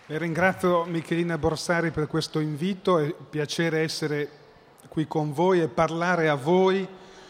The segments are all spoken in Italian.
E ringrazio Michelina Borsari per questo invito, è un piacere essere qui con voi e parlare a voi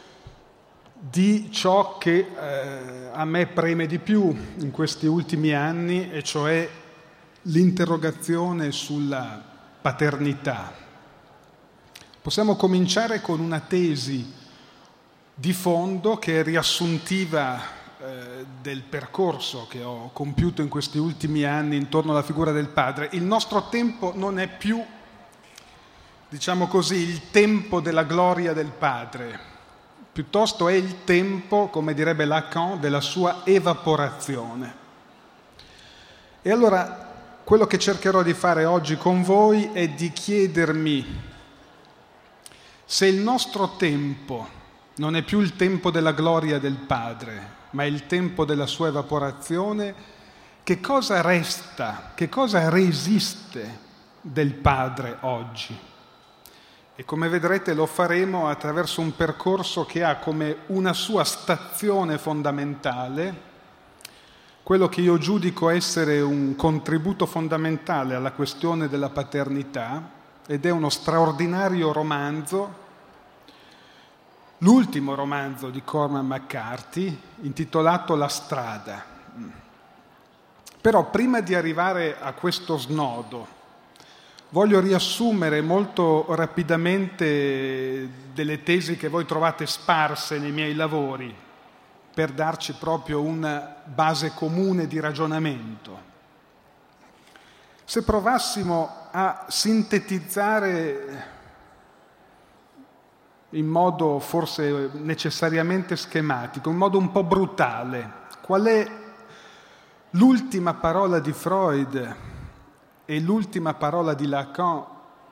di ciò che a me preme di più in questi ultimi anni, e cioè l'interrogazione sulla paternità. Possiamo cominciare con una tesi di fondo che è riassuntiva del percorso che ho compiuto in questi ultimi anni intorno alla figura del padre. Il nostro tempo non è più, diciamo così, il tempo della gloria del padre, piuttosto è il tempo, come direbbe Lacan, della sua evaporazione. E allora quello che cercherò di fare oggi con voi è di chiedermi se il nostro tempo non è più il tempo della gloria del padre, ma è il tempo della sua evaporazione. Che cosa resta, che cosa resiste del padre oggi? E come vedrete lo faremo attraverso un percorso che ha come una sua stazione fondamentale quello che io giudico essere un contributo fondamentale alla questione della paternità, ed è uno straordinario romanzo, l'ultimo romanzo di Cormac McCarthy, intitolato La strada. Però prima di arrivare a questo snodo, voglio riassumere molto rapidamente delle tesi che voi trovate sparse nei miei lavori, per darci proprio una base comune di ragionamento. Se provassimo a sintetizzare in modo forse necessariamente schematico, in modo un po' brutale, qual è l'ultima parola di Freud e l'ultima parola di Lacan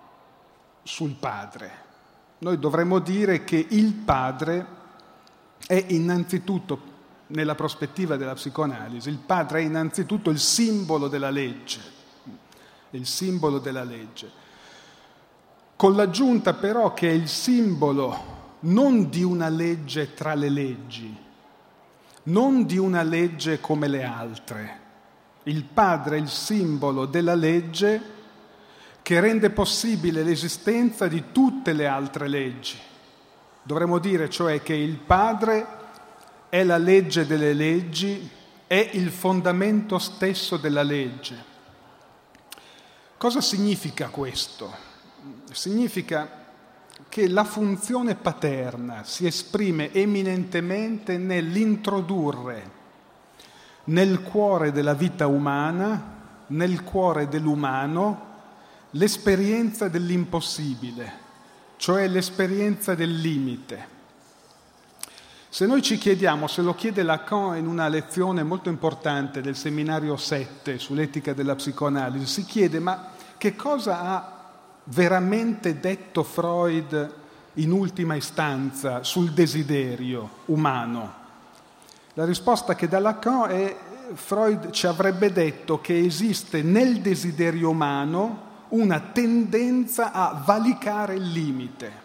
sul padre? Noi dovremmo dire che il padre è innanzitutto, nella prospettiva della psicoanalisi, il padre è innanzitutto il simbolo della legge, il simbolo della legge. Con l'aggiunta però che è il simbolo non di una legge tra le leggi, non di una legge come le altre. Il padre è il simbolo della legge che rende possibile l'esistenza di tutte le altre leggi. Dovremmo dire cioè che il padre è la legge delle leggi, è il fondamento stesso della legge. Cosa significa questo? Significa che la funzione paterna si esprime eminentemente nell'introdurre nel cuore della vita umana, nel cuore dell'umano, l'esperienza dell'impossibile, cioè l'esperienza del limite. Se noi ci chiediamo, se lo chiede Lacan in una lezione molto importante del seminario 7 sull'etica della psicoanalisi, si chiede: ma che cosa ha veramente detto Freud in ultima istanza sul desiderio umano? La risposta che dà Lacan è: Freud ci avrebbe detto che esiste nel desiderio umano una tendenza a valicare il limite,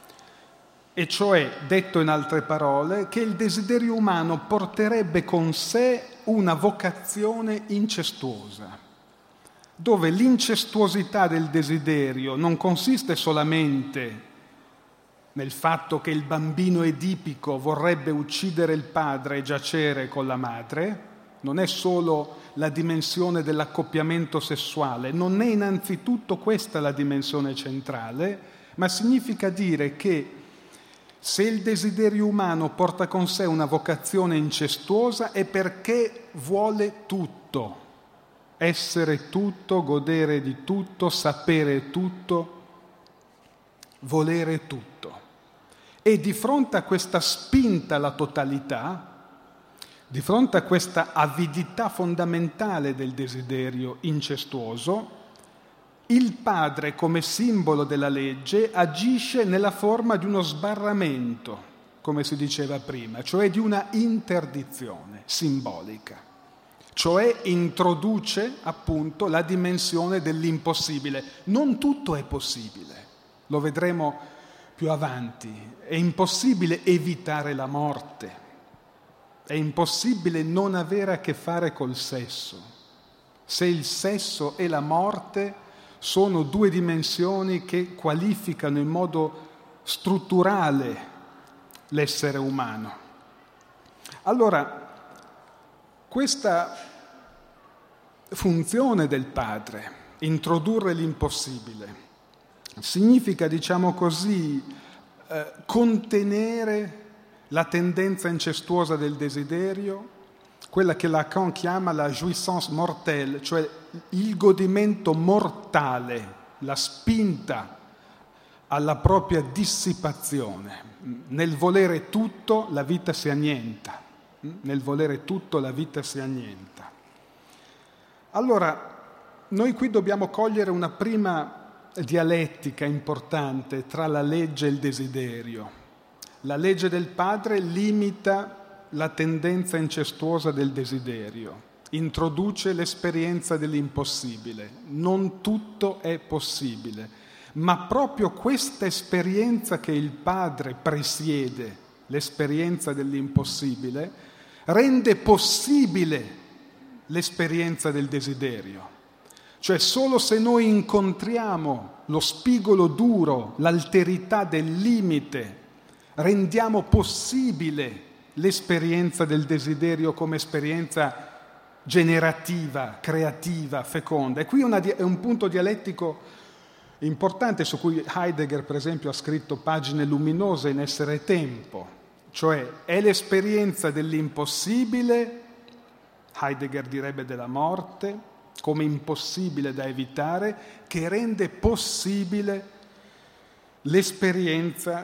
e cioè, detto in altre parole, che il desiderio umano porterebbe con sé una vocazione incestuosa, dove l'incestuosità del desiderio non consiste solamente nel fatto che il bambino edipico vorrebbe uccidere il padre e giacere con la madre, non è solo la dimensione dell'accoppiamento sessuale, non è innanzitutto questa la dimensione centrale, ma significa dire che se il desiderio umano porta con sé una vocazione incestuosa è perché vuole tutto. Essere tutto, godere di tutto, sapere tutto, volere tutto. E di fronte a questa spinta alla totalità, di fronte a questa avidità fondamentale del desiderio incestuoso, il padre, come simbolo della legge, agisce nella forma di uno sbarramento, come si diceva prima, cioè di una interdizione simbolica. Cioè introduce appunto la dimensione dell'impossibile. Non tutto è possibile, lo vedremo più avanti. È impossibile evitare la morte, è impossibile non avere a che fare col sesso, se il sesso e la morte sono due dimensioni che qualificano in modo strutturale l'essere umano. Allora, questa funzione del padre, introdurre l'impossibile, significa, diciamo così, contenere la tendenza incestuosa del desiderio, quella che Lacan chiama la jouissance mortelle, cioè il godimento mortale, la spinta alla propria dissipazione. Nel volere tutto la vita si annienta. Nel volere tutto la vita si annienta. Allora, noi qui dobbiamo cogliere una prima dialettica importante tra la legge e il desiderio. La legge del padre limita la tendenza incestuosa del desiderio, introduce l'esperienza dell'impossibile. Non tutto è possibile, ma proprio questa esperienza che il padre presiede, l'esperienza dell'impossibile, rende possibile l'esperienza del desiderio. Cioè solo se noi incontriamo lo spigolo duro, l'alterità del limite, rendiamo possibile l'esperienza del desiderio come esperienza generativa, creativa, feconda. E qui è un punto dialettico importante su cui Heidegger, per esempio, ha scritto pagine luminose in Essere e Tempo. Cioè è l'esperienza dell'impossibile, Heidegger direbbe della morte, come impossibile da evitare, che rende possibile l'esperienza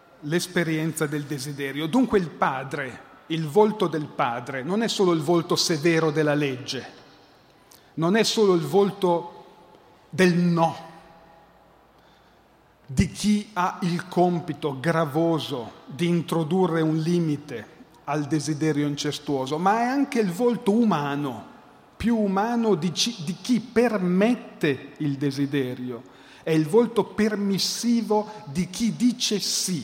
del desiderio. Dunque il padre, il volto del padre, non è solo il volto severo della legge, non è solo il volto del no, di chi ha il compito gravoso di introdurre un limite al desiderio incestuoso, ma è anche il volto umano, più umano di chi permette il desiderio, è il volto permissivo di chi dice sì.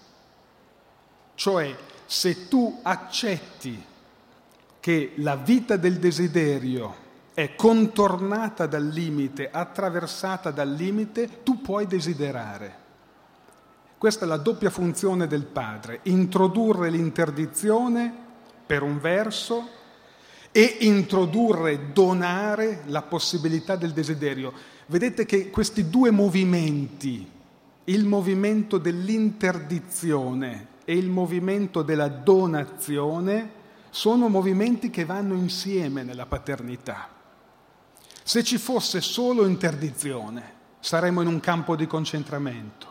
Cioè, se tu accetti che la vita del desiderio è contornata dal limite, attraversata dal limite, tu puoi desiderare. Questa è la doppia funzione del padre, introdurre l'interdizione per un verso e introdurre, donare la possibilità del desiderio. Vedete che questi due movimenti, il movimento dell'interdizione e il movimento della donazione, sono movimenti che vanno insieme nella paternità. Se ci fosse solo interdizione, saremmo in un campo di concentramento.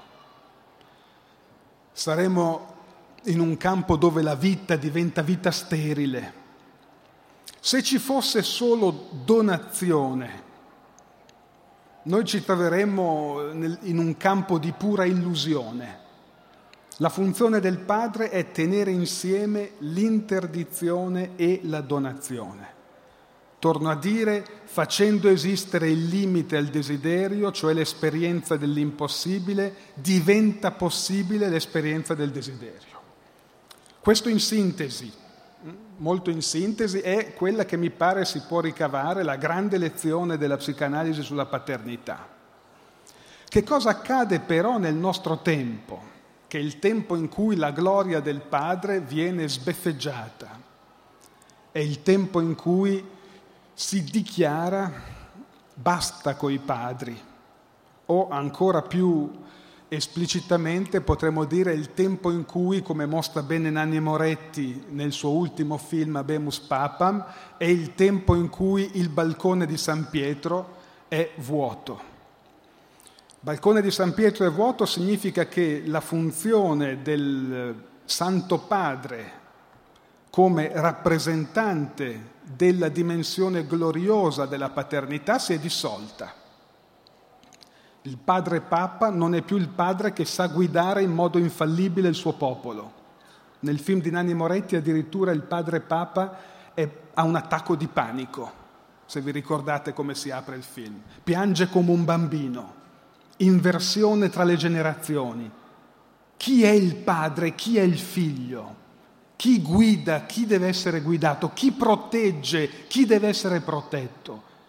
Saremmo in un campo dove la vita diventa vita sterile. Se ci fosse solo donazione, noi ci troveremmo in un campo di pura illusione. La funzione del padre è tenere insieme l'interdizione e la donazione. Torno a dire, facendo esistere il limite al desiderio, cioè l'esperienza dell'impossibile, diventa possibile l'esperienza del desiderio. Questo in sintesi, molto in sintesi, è quella che mi pare si può ricavare la grande lezione della psicanalisi sulla paternità. Che cosa accade però nel nostro tempo? Che è il tempo in cui la gloria del padre viene sbeffeggiata. È il tempo in cui si dichiara basta coi padri, o ancora più esplicitamente potremmo dire il tempo in cui, come mostra bene Nanni Moretti nel suo ultimo film Habemus Papam, è il tempo in cui il balcone di San Pietro è vuoto. Balcone di San Pietro è vuoto significa che la funzione del Santo Padre come rappresentante della dimensione gloriosa della paternità si è dissolta. Il padre Papa non è più il padre che sa guidare in modo infallibile il suo popolo. Nel film di Nanni Moretti addirittura il padre Papa ha un attacco di panico, se vi ricordate come si apre il film. Piange come un bambino, inversione tra le generazioni. Chi è il padre, chi è il figlio? Chi guida, chi deve essere guidato, chi protegge, chi deve essere protetto.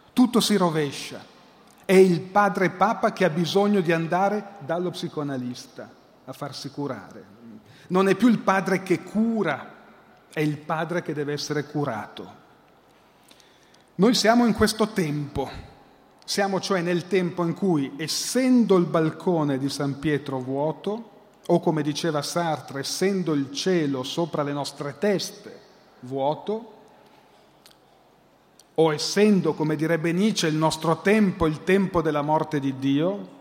Tutto si rovescia. È il padre Papa che ha bisogno di andare dallo psicoanalista a farsi curare. Non è più il padre che cura, è il padre che deve essere curato. Noi siamo in questo tempo, siamo cioè nel tempo in cui, essendo il balcone di San Pietro vuoto, o come diceva Sartre, essendo il cielo sopra le nostre teste vuoto, o essendo, come direbbe Nietzsche, il nostro tempo, il tempo della morte di Dio,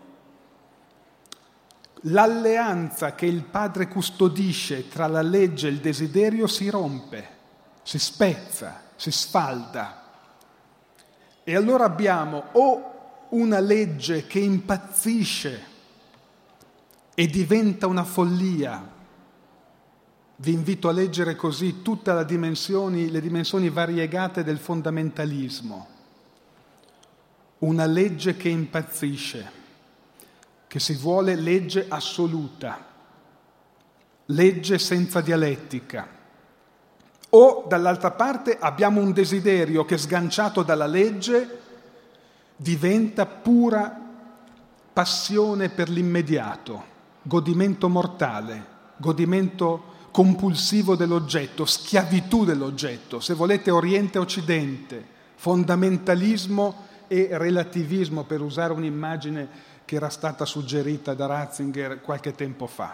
l'alleanza che il Padre custodisce tra la legge e il desiderio si rompe, si spezza, si sfalda. E allora abbiamo o una legge che impazzisce e diventa una follia. Vi invito a leggere così tutte le dimensioni variegate del fondamentalismo. Una legge che impazzisce, che si vuole legge assoluta, legge senza dialettica. O, dall'altra parte, abbiamo un desiderio che, sganciato dalla legge, diventa pura passione per l'immediato, godimento mortale, godimento compulsivo dell'oggetto, schiavitù dell'oggetto, se volete Oriente-Occidente, fondamentalismo e relativismo, per usare un'immagine che era stata suggerita da Ratzinger qualche tempo fa.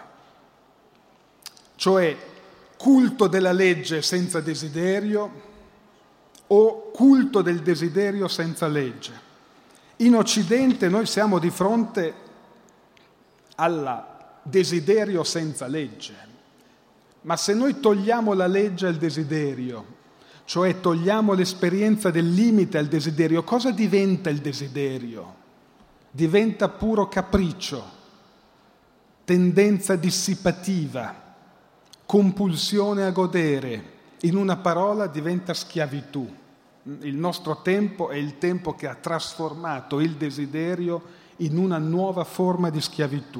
Cioè culto della legge senza desiderio o culto del desiderio senza legge. In Occidente noi siamo di fronte al desiderio senza legge. Ma se noi togliamo la legge al desiderio, cioè togliamo l'esperienza del limite al desiderio, cosa diventa il desiderio? Diventa puro capriccio, tendenza dissipativa, compulsione a godere. In una parola diventa schiavitù. Il nostro tempo è il tempo che ha trasformato il desiderio in una nuova forma di schiavitù.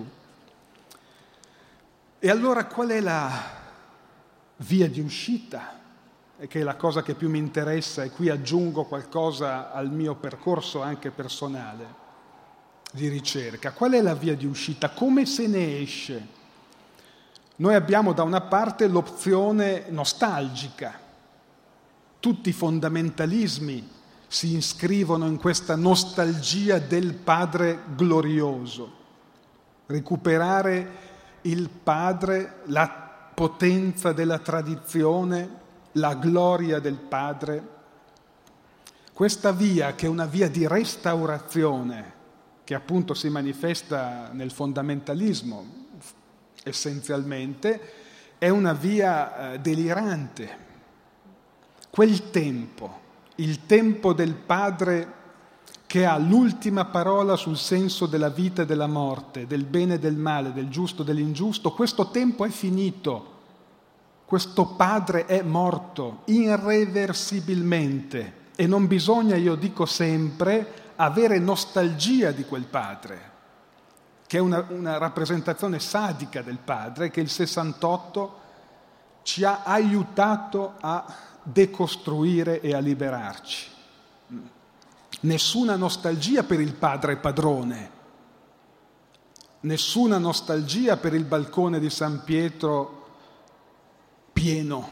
E allora qual è la via di uscita, che è la cosa che più mi interessa, e qui aggiungo qualcosa al mio percorso anche personale di ricerca. Qual è la via di uscita? Come se ne esce? Noi abbiamo da una parte l'opzione nostalgica. Tutti i fondamentalismi si iscrivono in questa nostalgia del Padre glorioso. Recuperare il Padre, la potenza della tradizione, la gloria del Padre. Questa via, che è una via di restaurazione, che appunto si manifesta nel fondamentalismo essenzialmente, è una via delirante. Quel tempo, il tempo del Padre che ha l'ultima parola sul senso della vita e della morte, del bene e del male, del giusto e dell'ingiusto, questo tempo è finito. Questo Padre è morto irreversibilmente e non bisogna, io dico sempre, avere nostalgia di quel Padre, che è una rappresentazione sadica del Padre che il 68 ci ha aiutato a decostruire e a liberarci. Nessuna nostalgia per il Padre padrone, nessuna nostalgia per il balcone di San Pietro pieno.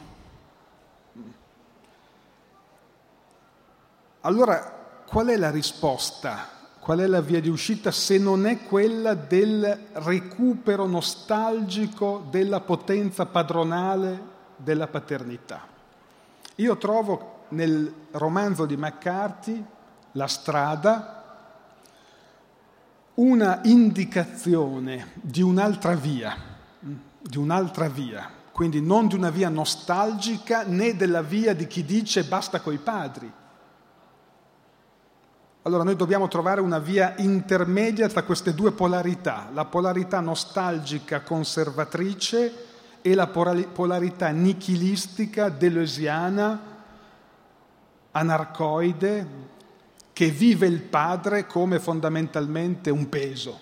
Allora, qual è la risposta? Qual è la via di uscita se non è quella del recupero nostalgico della potenza padronale della paternità? Io trovo nel romanzo di McCarthy, La strada, una indicazione di un'altra via, quindi non di una via nostalgica né della via di chi dice basta coi padri. Allora noi dobbiamo trovare una via intermedia tra queste due polarità, la polarità nostalgica conservatrice e la polarità nichilistica, deleuziana, anarcoide, che vive il padre come fondamentalmente un peso.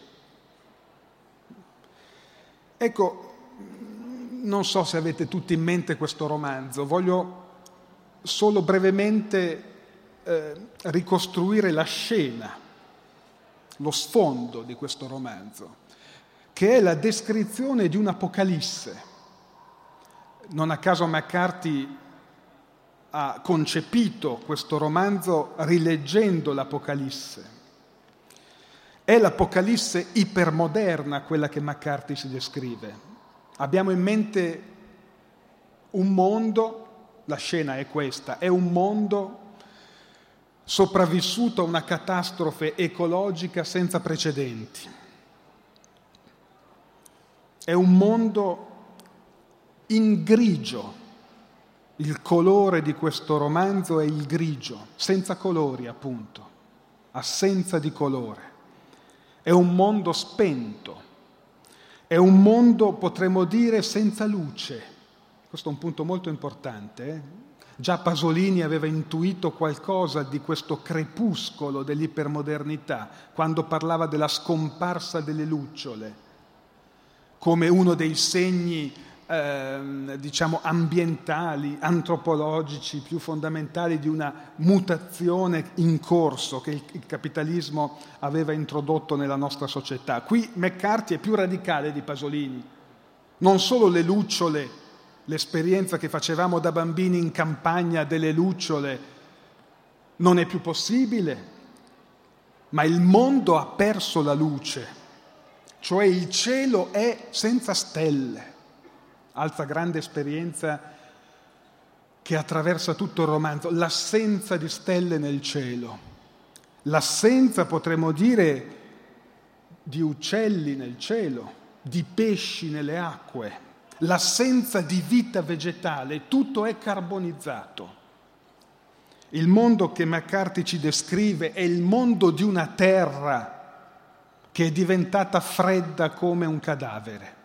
Ecco, non so se avete tutti in mente questo romanzo, voglio solo brevemente ricostruire la scena, lo sfondo di questo romanzo, che è la descrizione di un'Apocalisse. Non a caso McCarthy ha concepito questo romanzo rileggendo l'Apocalisse. È l'Apocalisse ipermoderna quella che McCarthy si descrive. Abbiamo in mente un mondo, la scena è questa, è un mondo sopravvissuto a una catastrofe ecologica senza precedenti. È un mondo in grigio. Il colore di questo romanzo è il grigio, senza colori appunto, assenza di colore. È un mondo spento, è un mondo, potremmo dire, senza luce. Questo è un punto molto importante. Già Pasolini aveva intuito qualcosa di questo crepuscolo dell'ipermodernità, quando parlava della scomparsa delle lucciole, come uno dei segni ambientali, antropologici più fondamentali di una mutazione in corso che il capitalismo aveva introdotto nella nostra società. Qui McCarthy è più radicale di Pasolini. Non solo le lucciole, l'esperienza che facevamo da bambini in campagna delle lucciole non è più possibile, ma il mondo ha perso la luce, cioè il cielo è senza stelle. Altra grande esperienza che attraversa tutto il romanzo, l'assenza di stelle nel cielo, l'assenza, potremmo dire, di uccelli nel cielo, di pesci nelle acque, l'assenza di vita vegetale, tutto è carbonizzato. Il mondo che McCarthy ci descrive è il mondo di una terra che è diventata fredda come un cadavere.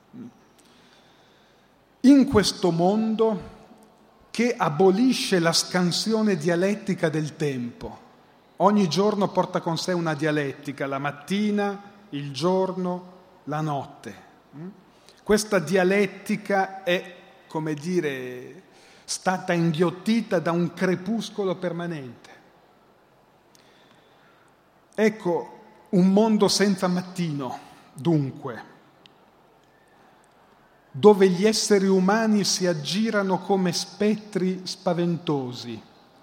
In questo mondo che abolisce la scansione dialettica del tempo, ogni giorno porta con sé una dialettica, la mattina, il giorno, la notte. Questa dialettica è, come dire, stata inghiottita da un crepuscolo permanente. Ecco, un mondo senza mattino, dunque, dove gli esseri umani si aggirano come spettri spaventosi,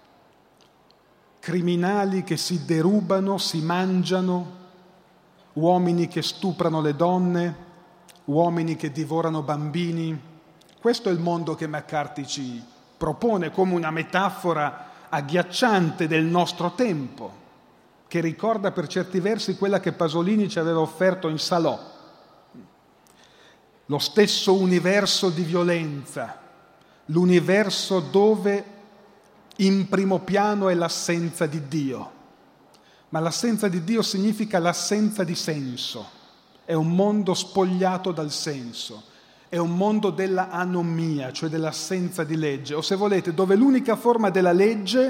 criminali che si derubano, si mangiano, uomini che stuprano le donne, uomini che divorano bambini. Questo è il mondo che McCarthy ci propone come una metafora agghiacciante del nostro tempo, che ricorda per certi versi quella che Pasolini ci aveva offerto in Salò. Lo stesso universo di violenza, l'universo dove in primo piano è l'assenza di Dio. Ma l'assenza di Dio significa l'assenza di senso. È un mondo spogliato dal senso. È un mondo della anomia, cioè dell'assenza di legge. O se volete, dove l'unica forma della legge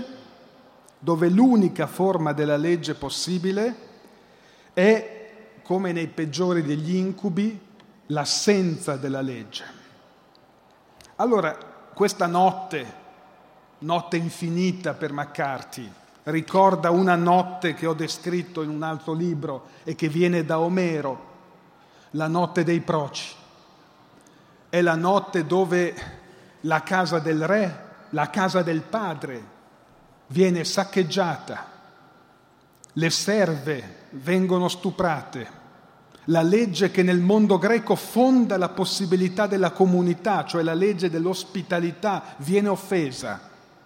possibile è, come nei peggiori degli incubi, l'assenza della legge. Allora, questa notte infinita per McCarthy, ricorda una notte che ho descritto in un altro libro e che viene da Omero, la notte dei proci. È la notte dove la casa del re, la casa del padre, viene saccheggiata, le serve vengono stuprate. La legge che nel mondo greco fonda la possibilità della comunità, cioè la legge dell'ospitalità, viene offesa.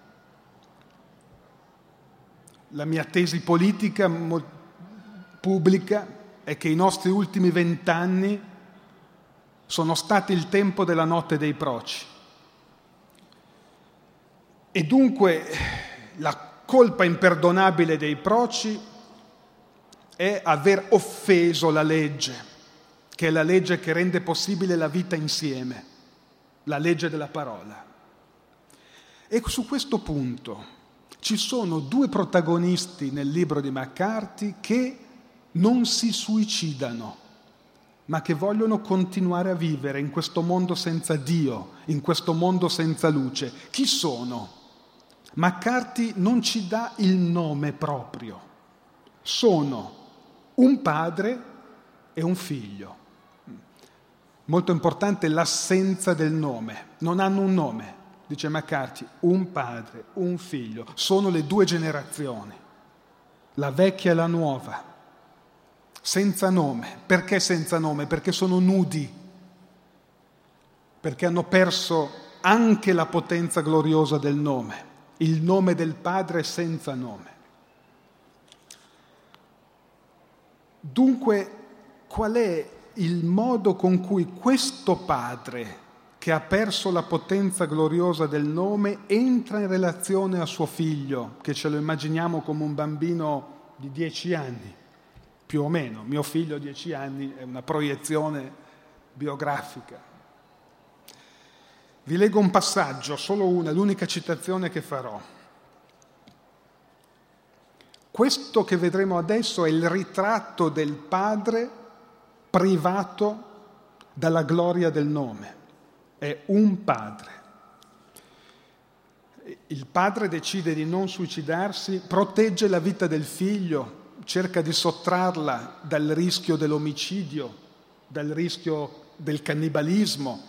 La mia tesi politica pubblica è che i nostri ultimi 20 anni sono stati il tempo della notte dei proci. E dunque la colpa imperdonabile dei proci è aver offeso la legge, che è la legge che rende possibile la vita insieme, la legge della parola. E su questo punto ci sono due protagonisti nel libro di McCarthy che non si suicidano, ma che vogliono continuare a vivere in questo mondo senza Dio, in questo mondo senza luce. Chi sono? McCarthy non ci dà il nome proprio. Sono un padre e un figlio. Molto importante l'assenza del nome. Non hanno un nome, dice McCarthy, un padre, un figlio. Sono le due generazioni, la vecchia e la nuova, senza nome. Perché senza nome? Perché sono nudi, perché hanno perso anche la potenza gloriosa del nome. Il nome del Padre è senza nome. Dunque, qual è il modo con cui questo Padre, che ha perso la potenza gloriosa del nome, entra in relazione a suo figlio, che ce lo immaginiamo come un bambino di 10 anni, più o meno. Mio figlio 10 anni è una proiezione biografica. Vi leggo un passaggio, solo una, l'unica citazione che farò. Questo che vedremo adesso è il ritratto del Padre privato dalla gloria del nome. È un padre. Il padre decide di non suicidarsi, protegge la vita del figlio, cerca di sottrarla dal rischio dell'omicidio, dal rischio del cannibalismo.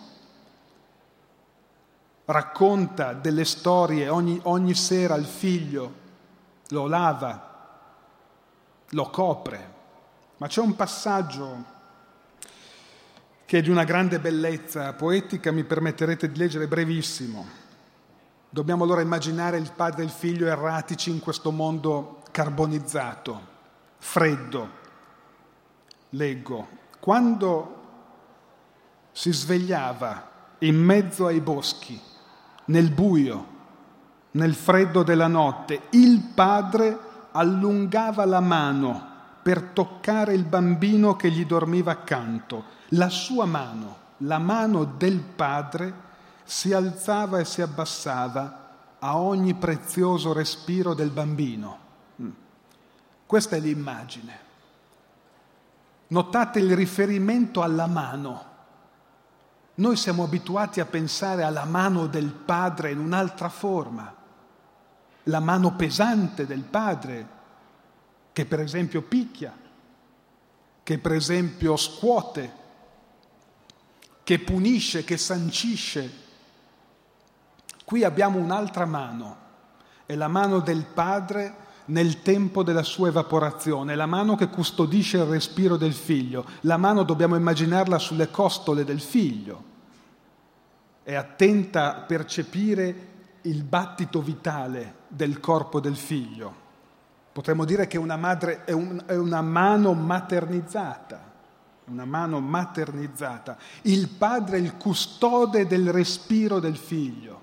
Racconta delle storie ogni sera al figlio, lo lava, lo copre. Ma c'è un passaggio che è di una grande bellezza poetica, mi permetterete di leggere, brevissimo. Dobbiamo allora immaginare il padre e il figlio erratici in questo mondo carbonizzato, freddo. Leggo: quando si svegliava in mezzo ai boschi, nel buio, nel freddo della notte, il padre allungava la mano per toccare il bambino che gli dormiva accanto. La sua mano, la mano del padre, si alzava e si abbassava a ogni prezioso respiro del bambino. Questa è l'immagine. Notate il riferimento alla mano. Noi siamo abituati a pensare alla mano del padre in un'altra forma, la mano pesante del padre, che per esempio picchia, che per esempio scuote, che punisce, che sancisce. Qui abbiamo un'altra mano, è la mano del padre nel tempo della sua evaporazione, la mano che custodisce il respiro del figlio. La mano dobbiamo immaginarla sulle costole del figlio, è attenta a percepire il battito vitale del corpo del figlio. Potremmo dire che una madre è una mano maternizzata, una mano maternizzata. Il padre è il custode del respiro del figlio.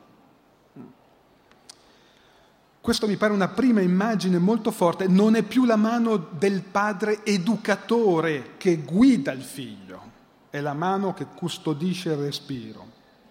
Questo mi pare una prima immagine molto forte. Non è più la mano del padre educatore che guida il figlio, è la mano che custodisce il respiro.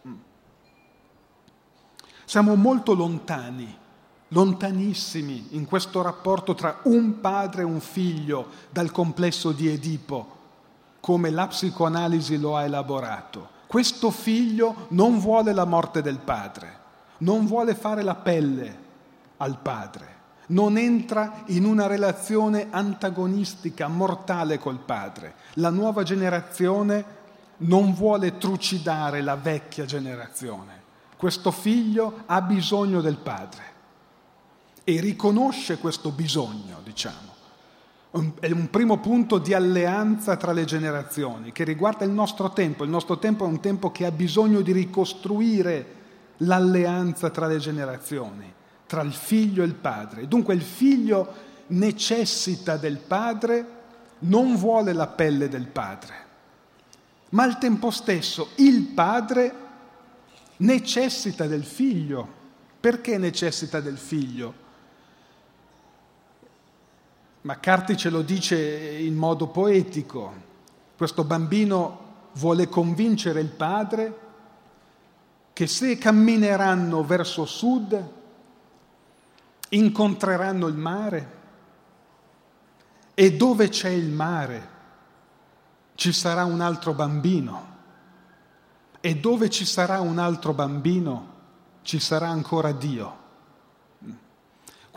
Siamo molto lontani, lontanissimi in questo rapporto tra un padre e un figlio dal complesso di Edipo, come la psicoanalisi lo ha elaborato. Questo figlio non vuole la morte del padre, non vuole fare la pelle al padre, non entra in una relazione antagonistica, mortale col padre. La nuova generazione non vuole trucidare la vecchia generazione. Questo figlio ha bisogno del padre e riconosce questo bisogno, diciamo. È un primo punto di alleanza tra le generazioni che riguarda il nostro tempo. Il nostro tempo è un tempo che ha bisogno di ricostruire l'alleanza tra le generazioni, tra il figlio e il padre. Dunque il figlio necessita del padre, non vuole la pelle del padre, ma al tempo stesso il padre necessita del figlio. Perché necessita del figlio? McCarthy ce lo dice in modo poetico. Questo bambino vuole convincere il padre che se cammineranno verso sud incontreranno il mare e dove c'è il mare ci sarà un altro bambino e dove ci sarà un altro bambino ci sarà ancora Dio.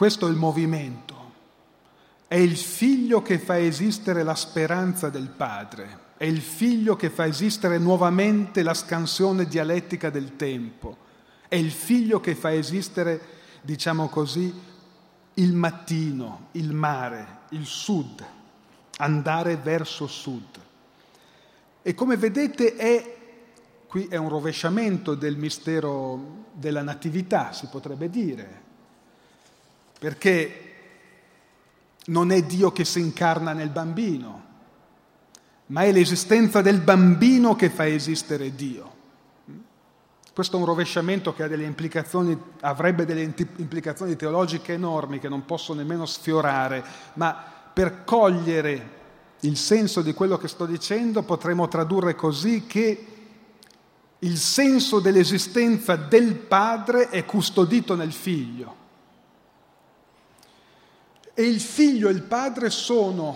Questo è il movimento. È il figlio che fa esistere la speranza del padre. È il figlio che fa esistere nuovamente la scansione dialettica del tempo. È il figlio che fa esistere, diciamo così, il mattino, il mare, il sud, andare verso sud. E come vedete qui è un rovesciamento del mistero della natività, si potrebbe dire, perché non è Dio che si incarna nel bambino, ma è l'esistenza del bambino che fa esistere Dio. Questo è un rovesciamento che avrebbe delle implicazioni teologiche enormi che non posso nemmeno sfiorare, ma per cogliere il senso di quello che sto dicendo potremmo tradurre così che il senso dell'esistenza del padre è custodito nel figlio. E il figlio e il padre sono,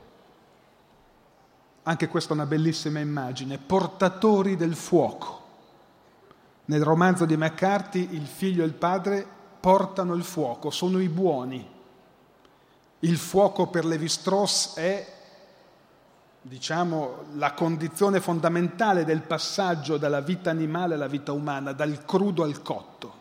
anche questa è una bellissima immagine, portatori del fuoco. Nel romanzo di McCarthy il figlio e il padre portano il fuoco, sono i buoni. Il fuoco per Lévi-Strauss è, diciamo, la condizione fondamentale del passaggio dalla vita animale alla vita umana, dal crudo al cotto.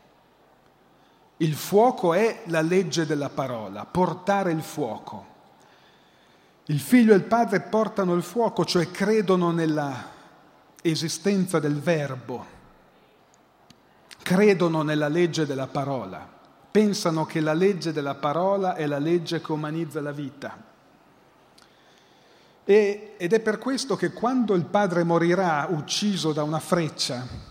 Il fuoco è la legge della parola, portare il fuoco. Il figlio e il padre portano il fuoco, cioè credono nella esistenza del verbo, credono nella legge della parola, pensano che la legge della parola è la legge che umanizza la vita. Ed è per questo che quando il padre morirà ucciso da una freccia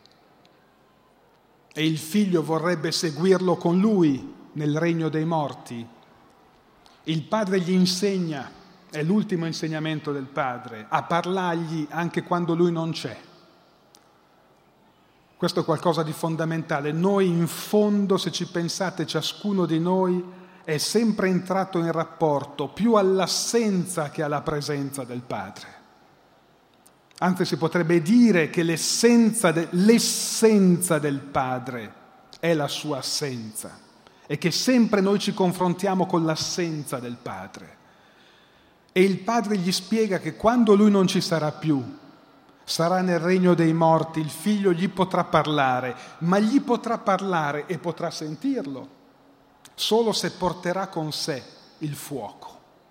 e il figlio vorrebbe seguirlo con lui nel regno dei morti, il padre gli insegna, è l'ultimo insegnamento del padre, a parlargli anche quando lui non c'è. Questo è qualcosa di fondamentale. Noi in fondo, se ci pensate, ciascuno di noi è sempre entrato in rapporto più all'assenza che alla presenza del padre. Anzi, si potrebbe dire che l'essenza del padre è la sua assenza e che sempre noi ci confrontiamo con l'assenza del padre. E il padre gli spiega che quando lui non ci sarà più, sarà nel regno dei morti, il figlio gli potrà parlare, ma gli potrà parlare e potrà sentirlo solo se porterà con sé il fuoco.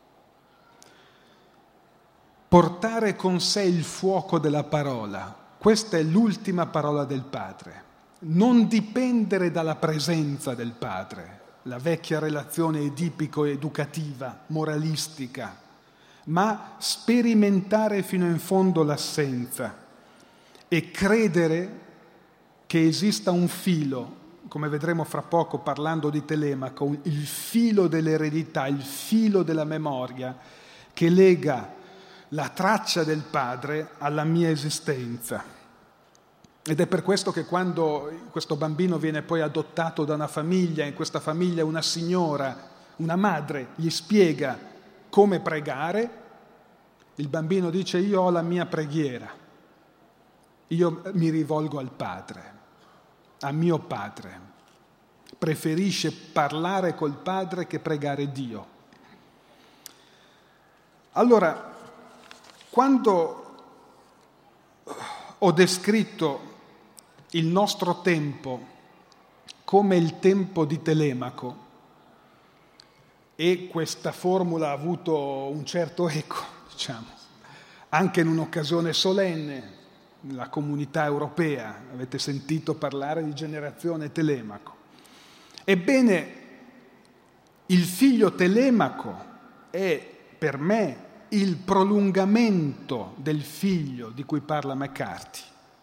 Portare con sé il fuoco della parola, questa è l'ultima parola del padre. Non dipendere dalla presenza del padre, la vecchia relazione edipico-educativa, moralistica, ma sperimentare fino in fondo l'assenza e credere che esista un filo, come vedremo fra poco parlando di Telemaco, il filo dell'eredità, il filo della memoria che lega la traccia del padre alla mia esistenza. Ed è per questo che quando questo bambino viene poi adottato da una famiglia, in questa famiglia una signora, una madre, gli spiega come pregare, il bambino dice: io ho la mia preghiera, io mi rivolgo al padre, a mio padre. Preferisce parlare col padre che pregare Dio. Allora, quando ho descritto il nostro tempo come il tempo di Telemaco, e questa formula ha avuto un certo eco, diciamo, anche in un'occasione solenne, nella comunità europea, avete sentito parlare di generazione Telemaco. Ebbene, il figlio Telemaco è per me il prolungamento del figlio di cui parla McCarthy.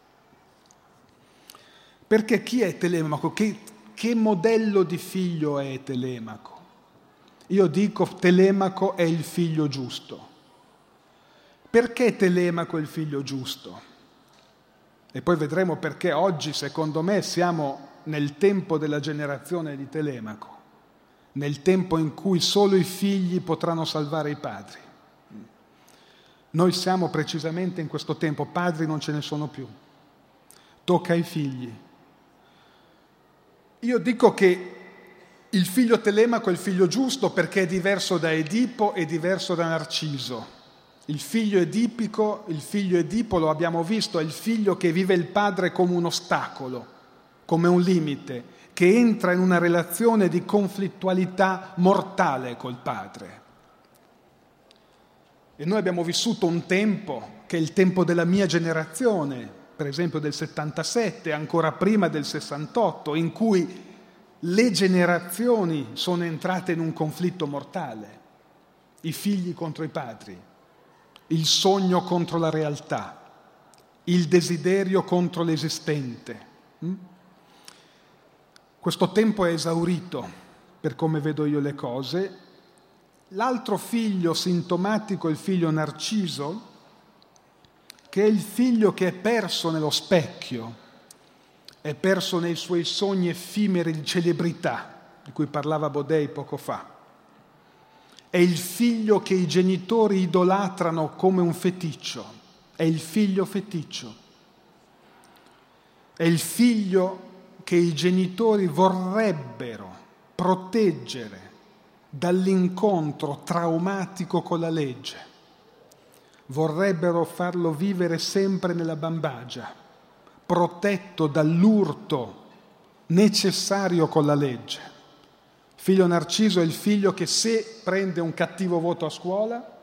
Perché chi è Telemaco? Che modello di figlio è Telemaco? Io dico Telemaco è il figlio giusto. Perché Telemaco è il figlio giusto? E poi vedremo perché oggi, secondo me, siamo nel tempo della generazione di Telemaco, nel tempo in cui solo i figli potranno salvare i padri. Noi siamo precisamente in questo tempo, padri non ce ne sono più, tocca ai figli. Io dico che Il figlio Telemaco è il figlio giusto perché è diverso da Edipo e diverso da Narciso. Il figlio Edipo, lo abbiamo visto, è il figlio che vive il padre come un ostacolo, come un limite, che entra in una relazione di conflittualità mortale col padre. E noi abbiamo vissuto un tempo, che è il tempo della mia generazione, per esempio del 77, ancora prima del 68, in cui le generazioni sono entrate in un conflitto mortale, i figli contro i padri, il sogno contro la realtà, il desiderio contro l'esistente. Questo tempo è esaurito, per come vedo io le cose. L'altro figlio sintomatico è il figlio Narciso, che è il figlio che è perso nello specchio, è perso nei suoi sogni effimeri di celebrità, di cui parlava Bodei poco fa. È il figlio che i genitori idolatrano come un feticcio, è il figlio feticcio. È il figlio che i genitori vorrebbero proteggere dall'incontro traumatico con la legge. Vorrebbero farlo vivere sempre nella bambagia, protetto dall'urto necessario con la legge. Figlio Narciso è il figlio che se prende un cattivo voto a scuola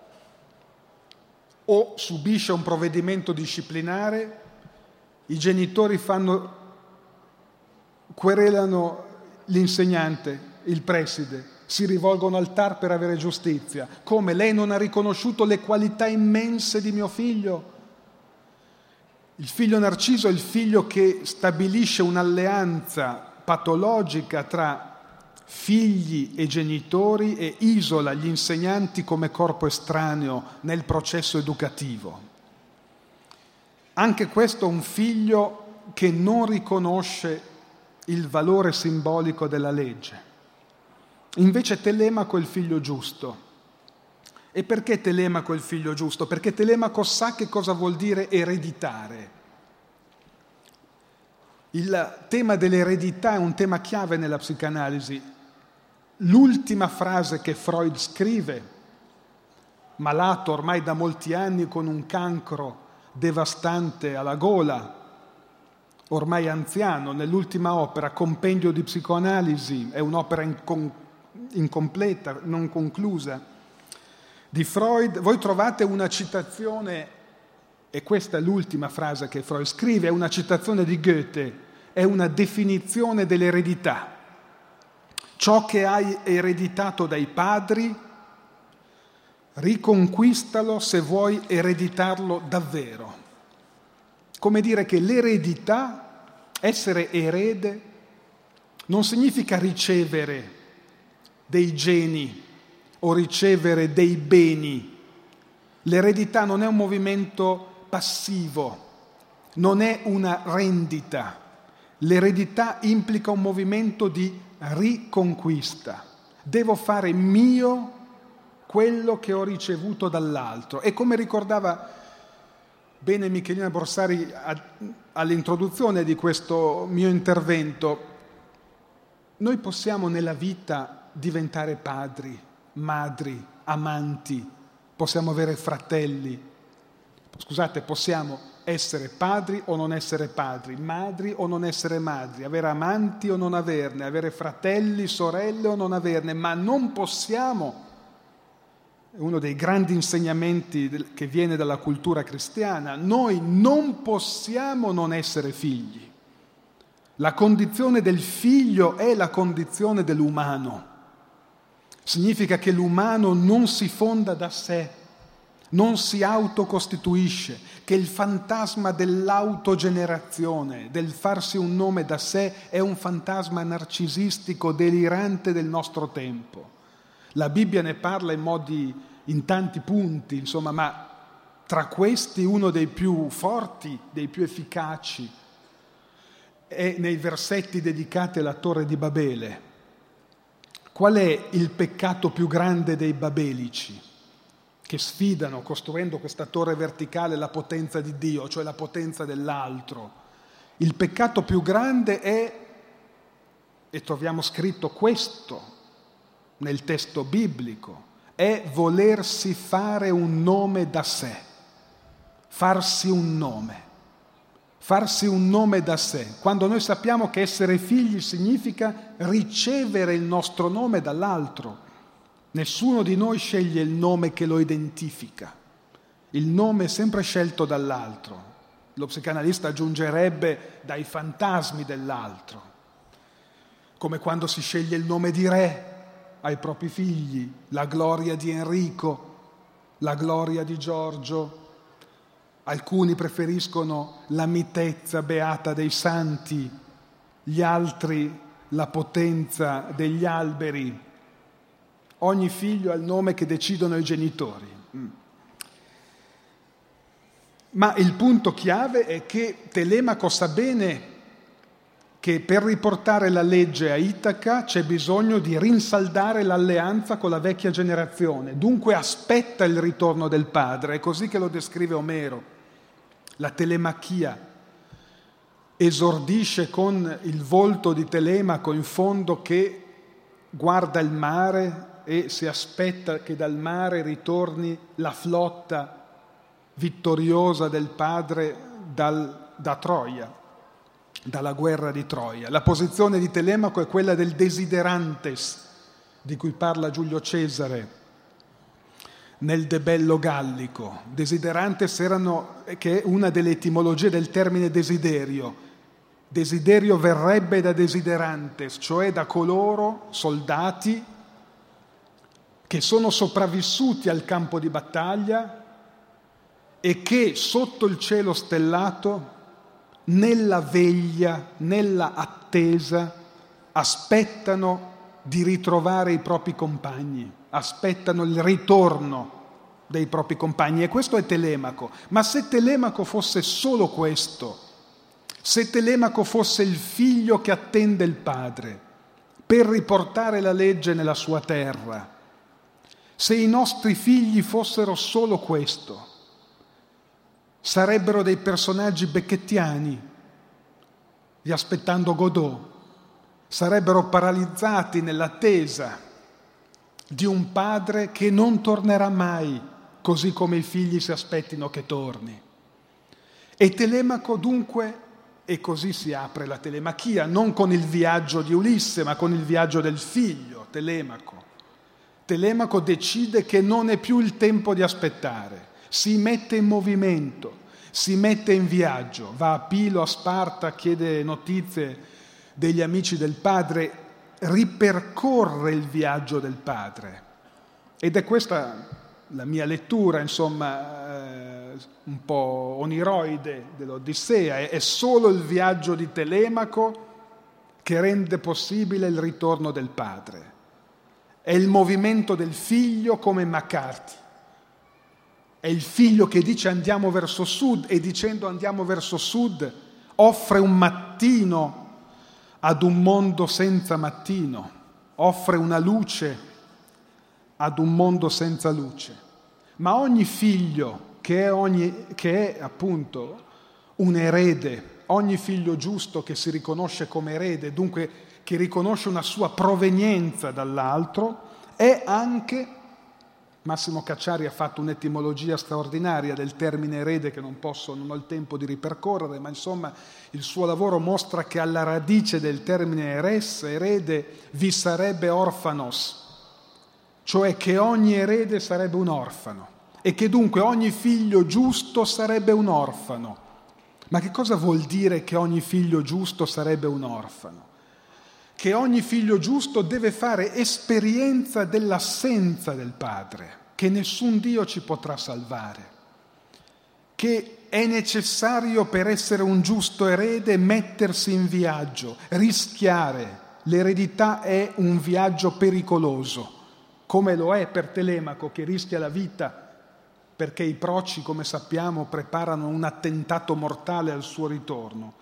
o subisce un provvedimento disciplinare, i genitori querelano l'insegnante, il preside, si rivolgono al TAR per avere giustizia. Come? Lei non ha riconosciuto le qualità immense di mio figlio? Il figlio Narciso è il figlio che stabilisce un'alleanza patologica tra figli e genitori e isola gli insegnanti come corpo estraneo nel processo educativo. Anche questo è un figlio che non riconosce il valore simbolico della legge. Invece Telemaco è il figlio giusto. E perché Telemaco è il figlio giusto? Perché Telemaco sa che cosa vuol dire ereditare. Il tema dell'eredità è un tema chiave nella psicanalisi. L'ultima frase che Freud scrive, malato ormai da molti anni con un cancro devastante alla gola, ormai anziano, nell'ultima opera, Compendio di psicoanalisi, è un'opera incompleta, non conclusa, di Freud, voi trovate una citazione, e questa è l'ultima frase che Freud scrive, è una citazione di Goethe, è una definizione dell'eredità. Ciò che hai ereditato dai padri, riconquistalo se vuoi ereditarlo davvero. Come dire che l'eredità, essere erede, non significa ricevere dei geni o ricevere dei beni. L'eredità non è un movimento passivo, non è una rendita. L'eredità implica un movimento di riconquista. Devo fare mio quello che ho ricevuto dall'altro. E come ricordava bene Michelina Borsari all'introduzione di questo mio intervento, noi possiamo nella vita diventare padri, madri, amanti, possiamo avere fratelli, possiamo essere padri o non essere padri, madri o non essere madri, avere amanti o non averne, avere fratelli, sorelle o non averne, ma non possiamo, è uno dei grandi insegnamenti che viene dalla cultura cristiana, noi non possiamo non essere figli. La condizione del figlio è la condizione dell'umano. Significa che l'umano non si fonda da sé, non si autocostituisce, che il fantasma dell'autogenerazione, del farsi un nome da sé, è un fantasma narcisistico, delirante del nostro tempo. La Bibbia ne parla in tanti punti, insomma, ma tra questi uno dei più forti, dei più efficaci, è nei versetti dedicati alla Torre di Babele. Qual è il peccato più grande dei babelici che sfidano, costruendo questa torre verticale, la potenza di Dio, cioè la potenza dell'altro? Il peccato più grande è e troviamo scritto questo nel testo biblico, è volersi fare un nome da sé, farsi un nome da sé, quando noi sappiamo che essere figli significa ricevere il nostro nome dall'altro. Nessuno di noi sceglie il nome che lo identifica, il nome è sempre scelto dall'altro. Lo psicanalista aggiungerebbe dai fantasmi dell'altro, come quando si sceglie il nome di re ai propri figli, la gloria di Enrico, la gloria di Giorgio. Alcuni preferiscono la mitezza beata dei santi, gli altri la potenza degli alberi. Ogni figlio ha il nome che decidono i genitori. Ma il punto chiave è che Telemaco sa bene che per riportare la legge a Itaca c'è bisogno di rinsaldare l'alleanza con la vecchia generazione. Dunque aspetta il ritorno del padre, è così che lo descrive Omero. La telemachia esordisce con il volto di Telemaco in fondo che guarda il mare e si aspetta che dal mare ritorni la flotta vittoriosa del padre da Troia, dalla guerra di Troia. La posizione di Telemaco è quella del desiderantes, di cui parla Giulio Cesare nel De Bello Gallico. Desiderantes che è una delle etimologie del termine desiderio. Desiderio verrebbe da desiderantes, cioè da coloro, soldati, che sono sopravvissuti al campo di battaglia e che sotto il cielo stellato, nella veglia, nella attesa, aspettano di ritrovare i propri compagni, aspettano il ritorno dei propri compagni. E questo è Telemaco. Ma se Telemaco fosse solo questo, se Telemaco fosse il figlio che attende il padre per riportare la legge nella sua terra, se i nostri figli fossero solo questo, sarebbero dei personaggi becchettiani, gli aspettando Godot, sarebbero paralizzati nell'attesa di un padre che non tornerà mai, così come i figli si aspettino che torni. E Telemaco dunque, e così si apre la telemachia, non con il viaggio di Ulisse, ma con il viaggio del figlio, Telemaco. Telemaco decide che non è più il tempo di aspettare, si mette in movimento, si mette in viaggio, va a Pilo, a Sparta, chiede notizie degli amici del padre, ripercorre il viaggio del padre. Ed è questa la mia lettura, insomma, un po' oniroide dell'Odissea. È solo il viaggio di Telemaco che rende possibile il ritorno del padre. È il movimento del figlio come McCarthy. È il figlio che dice andiamo verso sud e dicendo andiamo verso sud offre un mattino ad un mondo senza mattino, offre una luce ad un mondo senza luce. Ma ogni figlio che è appunto un erede, ogni figlio giusto che si riconosce come erede, dunque che riconosce una sua provenienza dall'altro, è anche, Massimo Cacciari ha fatto un'etimologia straordinaria del termine erede che non ho il tempo di ripercorrere, ma insomma il suo lavoro mostra che alla radice del termine eres, erede, vi sarebbe orfanos, cioè che ogni erede sarebbe un orfano e che dunque ogni figlio giusto sarebbe un orfano. Ma che cosa vuol dire che ogni figlio giusto sarebbe un orfano? Che ogni figlio giusto deve fare esperienza dell'assenza del padre, che nessun Dio ci potrà salvare, che è necessario per essere un giusto erede mettersi in viaggio, rischiare. L'eredità è un viaggio pericoloso, come lo è per Telemaco che rischia la vita perché i proci, come sappiamo, preparano un attentato mortale al suo ritorno.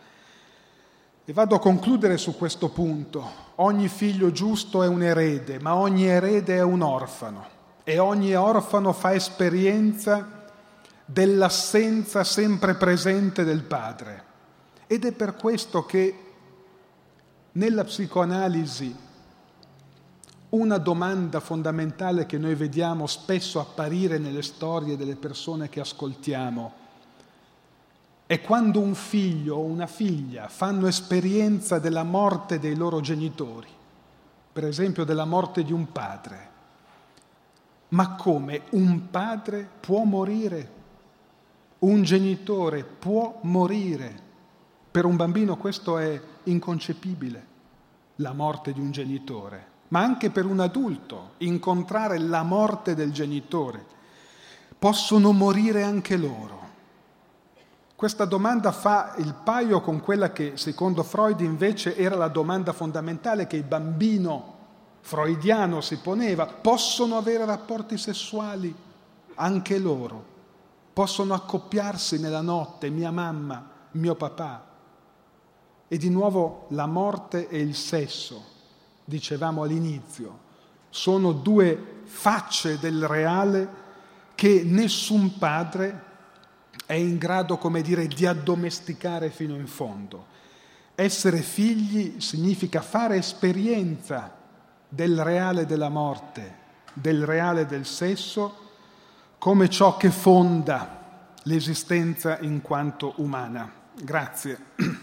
E vado a concludere su questo punto. Ogni figlio giusto è un erede, ma ogni erede è un orfano. E ogni orfano fa esperienza dell'assenza sempre presente del padre. Ed è per questo che Nella psicoanalisi una domanda fondamentale che noi vediamo spesso apparire nelle storie delle persone che ascoltiamo è quando un figlio o una figlia fanno esperienza della morte dei loro genitori, per esempio della morte di un padre. Ma come un padre può morire? Un genitore può morire? Per un bambino questo è inconcepibile, la morte di un genitore. Ma anche per un adulto, incontrare la morte del genitore. Possono morire anche loro. Questa domanda fa il paio con quella che, secondo Freud, invece era la domanda fondamentale che il bambino freudiano si poneva. Possono avere rapporti sessuali anche loro? Possono accoppiarsi nella notte, mia mamma, mio papà? E di nuovo la morte e il sesso, dicevamo all'inizio, sono due facce del reale che nessun padre è in grado, come dire, di addomesticare fino in fondo. Essere figli significa fare esperienza del reale della morte, del reale del sesso, come ciò che fonda l'esistenza in quanto umana. Grazie.